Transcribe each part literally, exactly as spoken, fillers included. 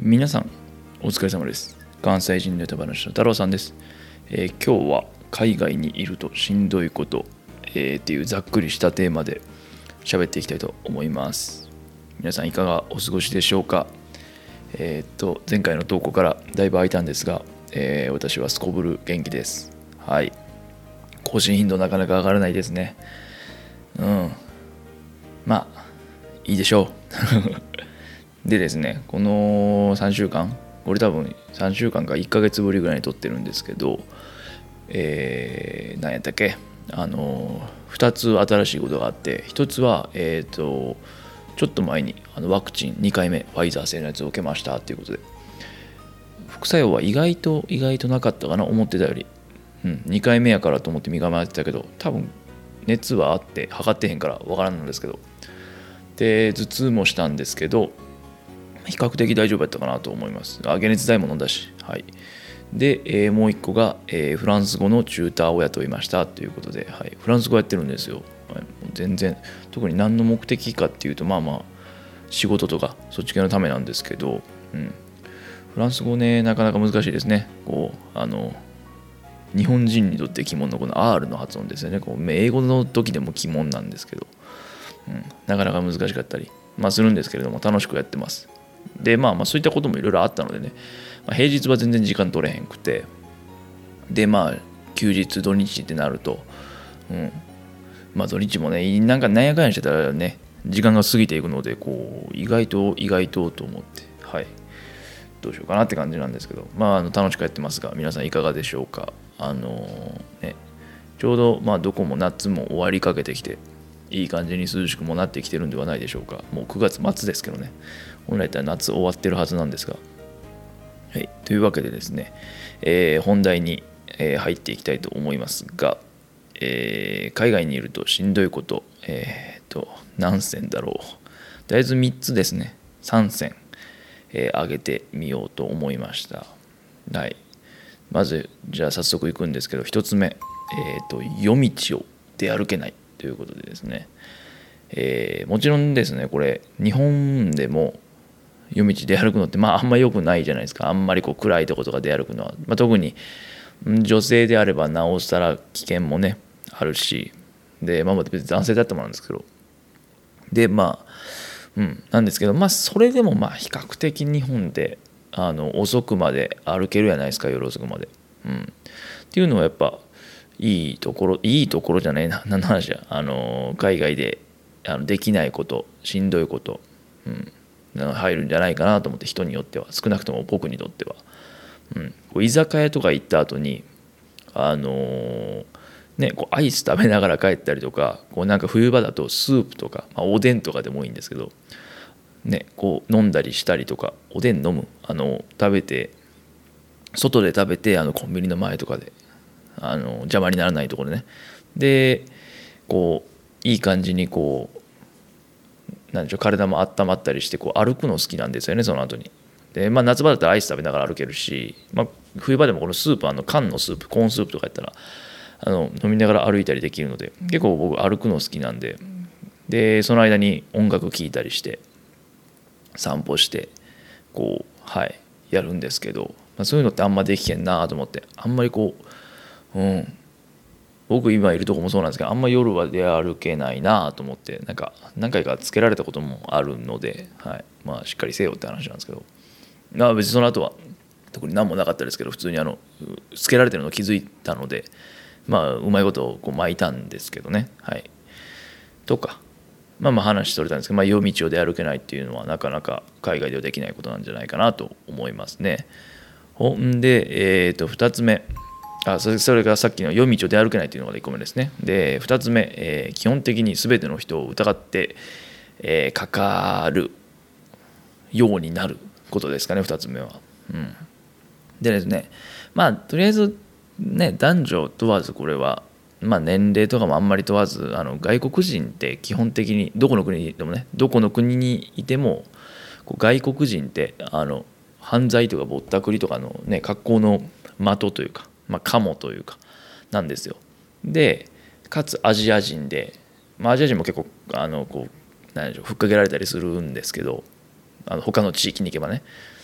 皆さんお疲れ様です。関西人ネタ話の太郎さんです。えー、今日は海外にいるとしんどいこと、えー、っていうざっくりしたテーマで喋っていきたいと思います。皆さんいかがお過ごしでしょうか。えー、っと前回の投稿からだいぶ空いたんですが、えー、私はすこぶる元気です。はい。更新頻度なかなか上がらないですね。うんまあいいでしょうでですね、このさんしゅうかん、これ多分さんしゅうかんかいっかげつぶりぐらいに撮ってるんですけど、えー、何やったっけ、あのふたつ新しいことがあって、ひとつは、えっと、ちょっと前にあのワクチンにかいめ、ファイザー製のやつを受けましたっていうことで、副作用は意外と意外となかったかな、思ってたより。うん、にかいめやからと思って身構えてたけど、多分熱はあって測ってへんからわからんのですけど、で頭痛もしたんですけど、比較的大丈夫やったかなと思います。あ、解熱剤も飲んだし。はい。で、えー、もう一個が、えー、フランス語のチューターを雇いましたということで、はい、フランス語やってるんですよ。はい、全然、特に何の目的かっていうと、まあまあ、仕事とか、そっち系のためなんですけど、うん、フランス語ね、なかなか難しいですね。こう、あの、日本人にとって鬼門のこの アール の発音ですよね。こう英語の時でも鬼門なんですけど、うん、なかなか難しかったり、まあ、するんですけれども、楽しくやってます。で、まあ、まあそういったこともいろいろあったのでね、まあ、平日は全然時間取れへんくて、で、まあ、休日、土日ってなると、うん、まあ土日もね、なんかなんやかんやしてたらね、時間が過ぎていくので、こう、意外と意外とと思って、はい、どうしようかなって感じなんですけど、まあ、あの楽しくやってますが、皆さんいかがでしょうか。あのー、ね、ちょうど、まあ、どこも夏も終わりかけてきて、いい感じに涼しくもなってきてるんではないでしょうか。もうくがつ末ですけどね。本来だったら夏終わってるはずなんですが。はい。というわけでですね、えー、本題に、えー、入っていきたいと思いますが、えー、海外にいるとしんどいこと、えー、と、何選だろう。とりあえずみっつですね。さん選、えー、挙げてみようと思いました。はい。まず、じゃあ早速いくんですけど、ひとつめ、えー、と、夜道を出歩けない。ということでですね、えー、もちろんですね、これ日本でも夜道出歩くのってまああんま良くないじゃないですか。あんまりこう暗いとことか出歩くのは、まあ、特に女性であればなおさら危険もねあるし、でまあ別に男性だってもなんですけど、でまあうんなんですけど、まあそれでもまあ比較的日本であの遅くまで歩けるやないですか、夜遅くまで。うん、っていうのはやっぱいいところいいところじゃないな、何の話や、あの海外であのできないこと、しんどいこと、うん、入るんじゃないかなと思って、人によっては、少なくとも僕にとっては、うん、こう居酒屋とか行った後にあのーね、こうアイス食べながら帰ったりとか、こうなんか冬場だとスープとか、まあ、おでんとかでもいいんですけど、ね、こう飲んだりしたりとか、おでん飲む、あの食べて外で食べて、あのコンビニの前とかであの邪魔にならないところでね、でこういい感じにこうなんでしょう、体も温まったりして、こう歩くの好きなんですよね、その後に。で、まあ、夏場だったらアイス食べながら歩けるし、まあ、冬場でもこのスープ、あの缶のスープ、コーンスープとかやったらあの飲みながら歩いたりできるので、結構僕歩くの好きなんで、でその間に音楽聴いたりして散歩してこうはいやるんですけど、まあ、そういうのってあんまできへんなと思って、あんまりこううん僕今いるとこもそうなんですけど、あんま夜は出歩けないなと思って、なんか何回かつけられたこともあるので、はい、まあしっかりせよって話なんですけど、まあ別にその後は特に何もなかったですけど、普通にあのつけられてるのを気づいたので、まあうまいことをこう巻いたんですけどね、はい。とか、まあまあ話取れたんですけど、まあ、夜道を出歩けないっていうのはなかなか海外ではできないことなんじゃないかなと思いますね。ほんで、えー、とふたつめ、あそれそれがさっきの夜道を出歩けないというのがいっこめですね。でふたつめ、えー、基本的に全ての人を疑って、えー、かかるようになることですかね、ふたつめは。うん、でですね、まあとりあえずね、男女問わずこれは、まあ、年齢とかもあんまり問わず、あの外国人って基本的にどこの国でもね、どこの国にいてもこう外国人ってあの犯罪とかぼったくりとかのね格好の的というか、まあ、カモというかなんですよ。でかつアジア人で、まあ、アジア人も結構あのこう何でしょう、ふっかけられたりするんですけど、あの他の地域に行けばね。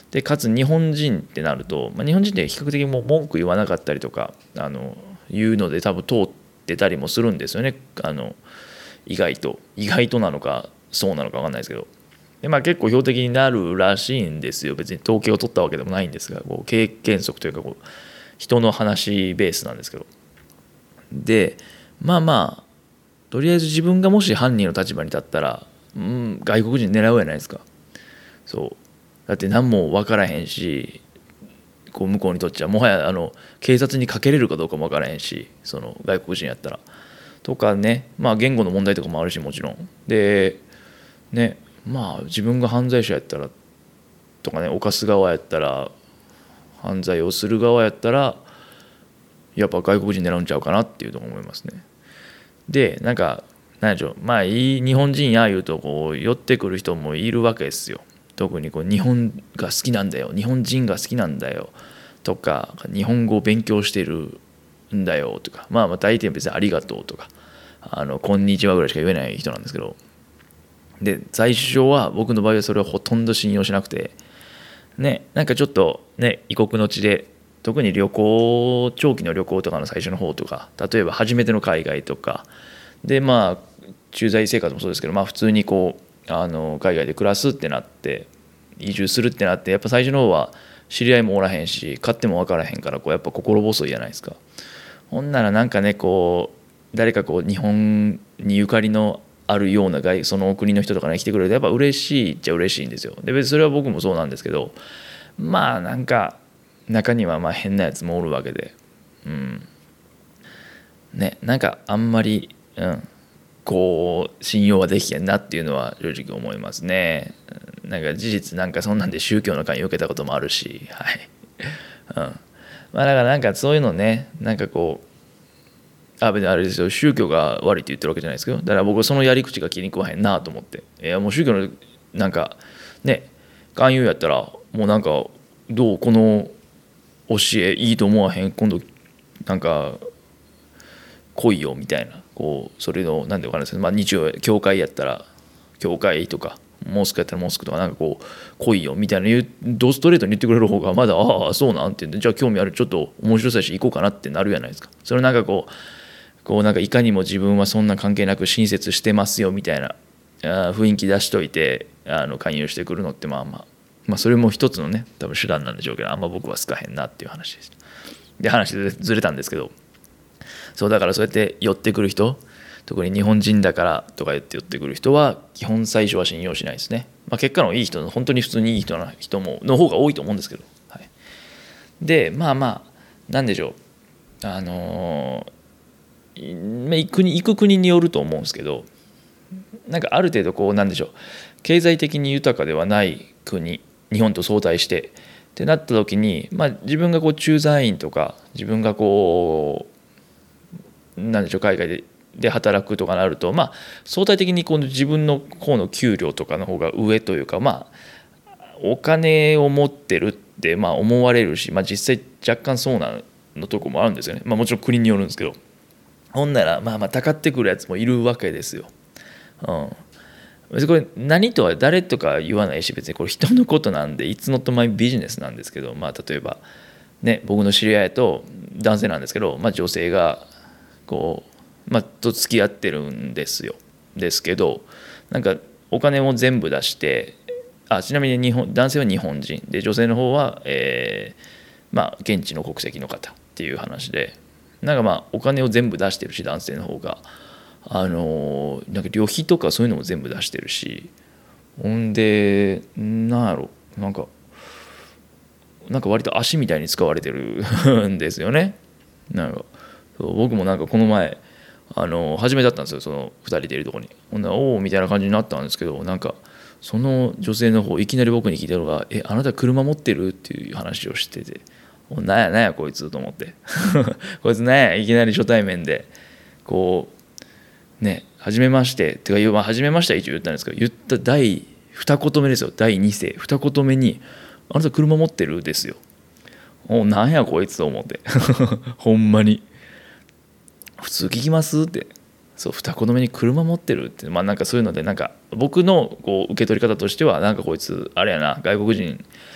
でかつ日本人ってなると、まあ、日本人って比較的もう文句言わなかったりとかあの言うので多分通ってたりもするんですよね。あの意外と意外となのかそうなのか分かんないですけど、で、まあ、結構標的になるらしいんですよ。別に統計を取ったわけでもないんですが、こう経験則というかこう人の話ベースなんですけど、でまあまあとりあえず自分がもし犯人の立場に立ったら、うん、外国人狙うやないですか。そうだって何も分からへんし、こう向こうにとっちゃもはやあの警察にかけれるかどうかも分からへんし、その外国人やったらとかね、まあ言語の問題とかもあるし、もちろんでね、まあ自分が犯罪者やったらとかね、犯す側やったら、犯罪をする側やったらやっぱ外国人狙うんちゃうかなっていうと思いますね。でなんか何でしょう、まあいい日本人や言うとこう寄ってくる人もいるわけですよ。特にこう日本が好きなんだよ、日本人が好きなんだよとか、日本語を勉強してるんだよとか、まあまあ大抵別にありがとうとか、あのこんにちはぐらいしか言えない人なんですけど、で最初は僕の場合はそれをほとんど信用しなくてね、なんかちょっとね異国の地で特に旅行長期の旅行とかの最初の方とか、例えば初めての海外とかで、まあ駐在生活もそうですけど、まあ普通にこうあの海外で暮らすってなって移住するってなって、やっぱ最初の方は知り合いもおらへんし勝手も分からへんから、こうやっぱ心細いじゃないですか。ほんならなんかね、こう誰かこう日本にゆかりのあるような外その国の人とかね来てくれるとやっぱ嬉しいっちゃ嬉しいんですよ。で別にそれは僕もそうなんですけど、まあなんか中にはまあ変なやつもおるわけで、うんね、なんかあんまり、うん、こう信用はできへんなっていうのは正直思いますね。なんか事実なんかそんなんで宗教の関与を受けたこともあるし、はい、うん、まあだからなんかそういうのね、なんかこうあ別にあれですよ、宗教が悪いって言ってるわけじゃないですけど、だから僕はそのやり口が気に食わへんなと思って、いやもう宗教のなんかね勧誘やったらもうなんかどうこの教えいいと思わへん、今度なんか来いよみたいな、こうそれの何で分かるんですけど、まあ日曜教会やったら教会とかモスクやったらモスクとか、なんかこう来いよみたいな言うドストレートに言ってくれる方がまだああそうなんて言って、じゃあ興味ある、ちょっと面白さし行こうかなってなるじゃないですか。それなんかこうこうなんかいかにも自分はそんな関係なく親切してますよみたいな雰囲気出しといてあの勧誘してくるのって、まあまあまあそれも一つのね多分手段なんでしょうけど、あんま僕は好かへんなっていう話です。で話でずれたんですけど、そうだからそうやって寄ってくる人、特に日本人だからとか言って寄ってくる人は基本最初は信用しないですね。まあ、結果のいい人の本当に普通にいい人の人もの方が多いと思うんですけど、はい、でまあまあなんでしょう、あのー、行くに行く国によると思うんですけど、なんかある程度こうなんでしょう、経済的に豊かではない国、日本と相対してってなった時に、まあ、自分がこう駐在員とか自分がこうなんでしょう海外でで働くとかなると、まあ相対的にこの自分の方の給料とかの方が上というか、まあお金を持ってるってまあ思われるし、まあ、実際若干そうなのとこもあるんですよね。まあもちろん国によるんですけど、ほんならまあまあたかってくるやつもいるわけですよ。うん、別にこれ何とは誰とか言わないし、別にこれ人のことなんで It's not my business なんですけど、まあ例えばね僕の知り合いと男性なんですけど、まあ女性がこうまあ、と付き合ってるんですよ。ですけどなんかお金を全部出して、あちなみに日本男性は日本人で女性の方は、えーまあ、現地の国籍の方っていう話で、なんかまあお金を全部出してるし男性の方が、あのなんか旅費とかそういうのも全部出してるし、ほんでなんやろなんかなんか割と足みたいに使われてるんですよね。なんかそう僕もなんかこの前あの初めだったんですよ、そのふたりでいるところに。ほんならおおみたいな感じになったんですけど、なんかその女性の方いきなり僕に聞いたのが「えあなた車持ってる?」っていう話をしてて、なんやなんやこいつと思ってこいつなんやいきなり初対面でこうね初めましてってか言う、まあ、初めましては一応言ったんですけど、言った第二言目ですよ、第二声二言目に「あなた車持ってる?」ですよ。おなんやこいつと思ってほんまに普通聞きますって、そう二言目に車持ってるって、まあなんかそういうのでなんか僕のこう受け取り方としてはなんかこいつあれやな外国人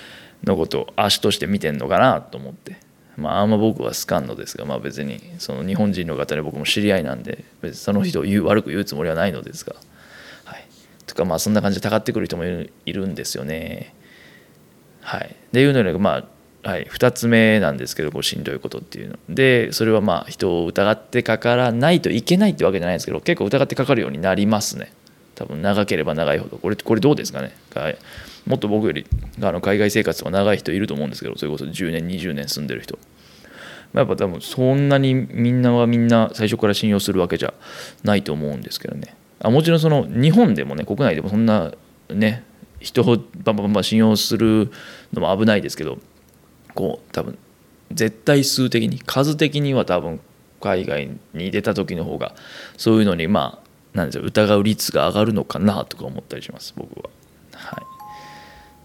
のことを足として見てんのかなと思って、まああんま僕は好かんのですが、まあ別にその日本人の方に僕も知り合いなんで、別にその人を言う悪く言うつもりはないのですが、はい、とかまあそんな感じでたかってくる人もいる、いるんですよね。はい、でいうのでまあ、はい、ふたつめなんですけど、こうしんどいことっていうので、それはまあ人を疑ってかからないといけないってわけじゃないんですけど、結構疑ってかかるようになりますね。多分長ければ長いほど。これこれどうですかね。もっと僕よりあの海外生活が長い人いると思うんですけど、それこそじゅうねんにじゅうねん住んでる人、まあ、やっぱ多分そんなにみんなはみんな最初から信用するわけじゃないと思うんですけどね。あもちろんその日本でもね、国内でもそんなね人をバンバンバン信用するのも危ないですけど、こう多分絶対数的に数的には多分海外に出た時の方がそういうのにまあなんですよ、疑う率が上がるのかなとか思ったりします僕は。はい、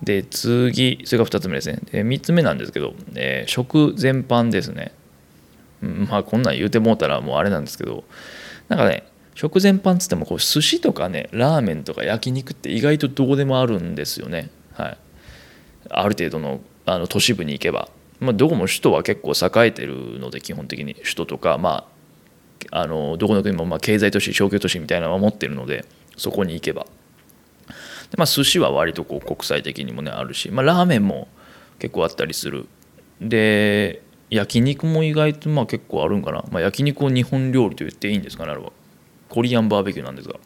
で次それがふたつめですね。でみっつめなんですけど、えー、食全般ですね。うん、まあこんなん言うてもうたらもうあれなんですけど、なんかね食全般っつってもこう寿司とかねラーメンとか焼肉って意外とどこでもあるんですよね。はい、ある程度のあの都市部に行けば、まあ、どこも首都は結構栄えてるので、基本的に首都とか、まあ、あのどこの国もまあ経済都市商業都市みたいなのは持ってるので、そこに行けばで、まあ、寿司は割とこう国際的にもねあるし、まあ、ラーメンも結構あったりする。で焼肉も意外とまあ結構あるんかな、まあ、焼肉を日本料理と言っていいんですかね。あれはコリアンバーベキューなんですが、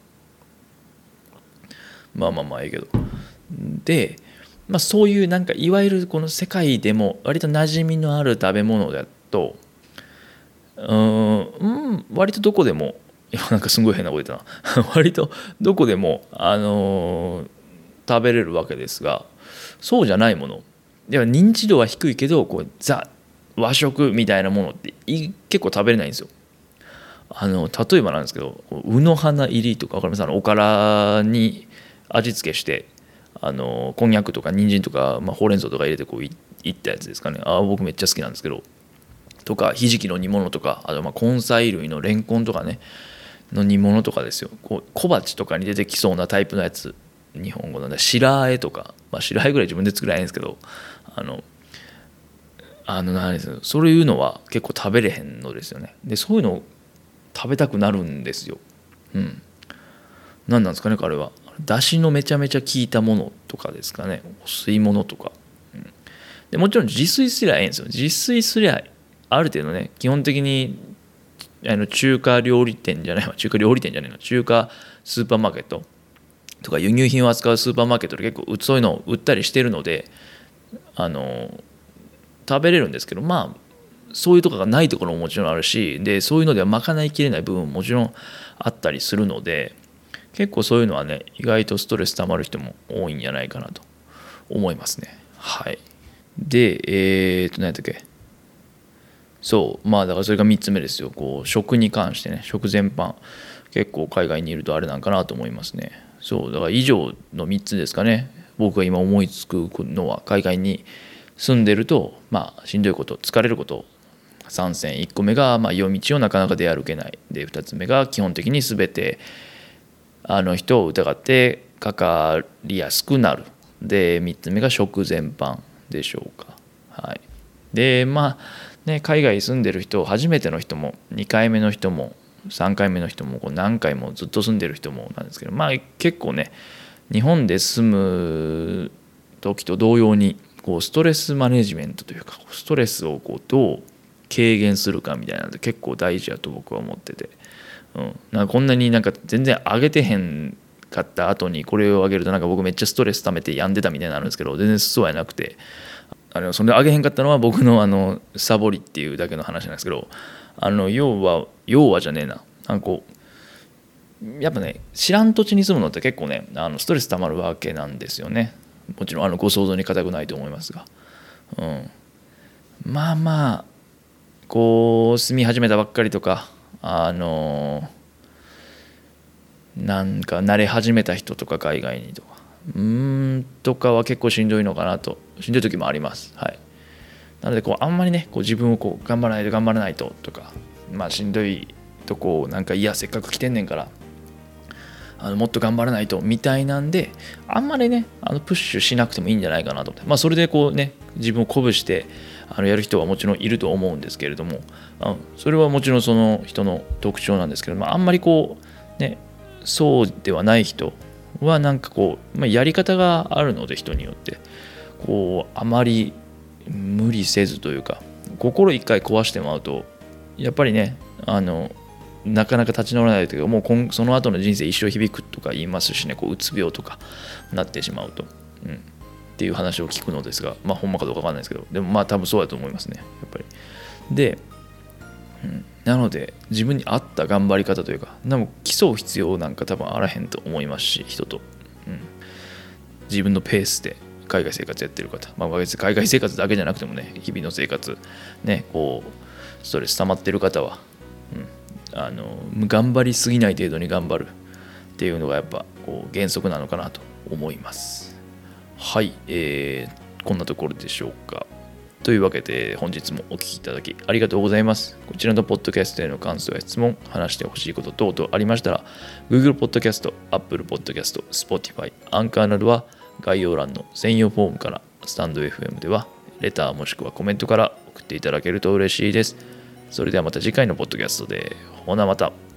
まあまあまあいいけど、でまあ、そういうなんかいわゆるこの世界でも割と馴染みのある食べ物だと、うーん割とどこでも、今なんかすごい変なこと言ったな割とどこでも、あのー食べれるわけですが、そうじゃないものでは認知度は低いけど、こうザ和食みたいなものって結構食べれないんですよ。あの例えばなんですけど、卯の花入りとか分かります？あのおからに味付けして、あのこんにゃくとか人参とか、まあ、ほうれん草とか入れてこういいったやつですかね。あ僕めっちゃ好きなんですけど、とかひじきの煮物とか、あとまあ根菜類のレンコンとかねの煮物とかですよ。こう小鉢とかに出てきそうなタイプのやつ、日本語なんで白あえとか、まあ、白あえぐらい自分で作らないんですけど、あのあの何ですそういうのは結構食べれへんのですよね。でそういうの食べたくなるんですよ。うん。何なんですかね、彼は。だしのめちゃめちゃ効いたものとかですかね。お吸い物とか。うん、でもちろん自炊すりゃええんですよ。自炊すりゃある程度ね、基本的にあの中華料理店じゃないわ、中華料理店じゃないの、中華スーパーマーケットとか輸入品を扱うスーパーマーケットで結構そういうのを売ったりしてるので、あの食べれるんですけど、まあそういうとこがないところももちろんあるし、でそういうのでは賄いきれない部分ももちろんあったりするので、結構そういうのはね意外とストレス溜まる人も多いんじゃないかなと思いますね。はい。でえー、っと何だっけ、そうまあだからそれがみっつめですよ。こう食に関してね、食全般結構海外にいるとあれなんかなと思いますね。そうだから以上のみっつですかね。僕が今思いつくのは、海外に住んでるとまあしんどいこと、疲れること、さん選いっこめがまあ夜道をなかなか出歩けないで、ふたつめが基本的に全てあの人を疑ってかかりやすくなるで、みっつめが食全般でしょうか。はい、でまあね、海外に住んでる人、初めての人もにかいめの人もさんかいめの人もこう何回もずっと住んでる人もなんですけど、まあ結構ね日本で住む時と同様にこうストレスマネジメントというか、ストレスをこうどう軽減するかみたいなので結構大事だと僕は思ってて、うん、なんかこんなになんか全然上げてへんかった後にこれを上げるとなんか僕めっちゃストレス溜めて病んでたみたいになるんですけど、全然そうやなくて、あのそれ上げへんかったのは僕のあのサボりっていうだけの話なんですけど、あの要は要はじゃねえな、なんかこうやっぱね知らん土地に住むのって結構ねあのストレス溜まるわけなんですよね。もちろんあのご想像に難くないと思いますが、うん、まあまあこう住み始めたばっかりとか、あのなんか慣れ始めた人とか海外にとかうーんとかは結構しんどいのかなと、しんどい時もあります。はい。なのでこうあんまりねこう自分をこう頑張らないと頑張らないととか、まあしんどいとこうなんかいやせっかく来てんねんからあのもっと頑張らないとみたいなんで、あんまりねあのプッシュしなくてもいいんじゃないかなと思って、まあそれでこうね自分を鼓舞してあのやる人はもちろんいると思うんですけれども、あそれはもちろんその人の特徴なんですけど、まあ、あんまりこうねそうではない人はなんかこう、まあ、やり方があるので人によってこうあまり無理せずというか心一回壊してまうとやっぱりねあのなかなか立ち直らないというかもう今その後の人生一生響くとか言いますしねこううつ病とかなってしまうと、うん、っていう話を聞くのですがまあほんまかどうかわかんないですけどでもまあ多分そうだと思いますねやっぱりで、うん、なので自分に合った頑張り方というかでも競う必要なんか多分あらへんと思いますし人と、うん、自分のペースで海外生活やってる方、まあ、別に海外生活だけじゃなくてもね日々の生活ねこうストレス溜まってる方は、うん、あの頑張りすぎない程度に頑張るっていうのがやっぱこう原則なのかなと思います。はい、えー、こんなところでしょうか。というわけで本日もお聞きいただきありがとうございます。こちらのポッドキャストへの感想や質問、話してほしいこと等々ありましたら Google Podcast、Apple Podcast、Spotify、Anchor などは概要欄の専用フォームからスタンド エフエム ではレターもしくはコメントから送っていただけると嬉しいです。それではまた次回のポッドキャストで。ほなまた。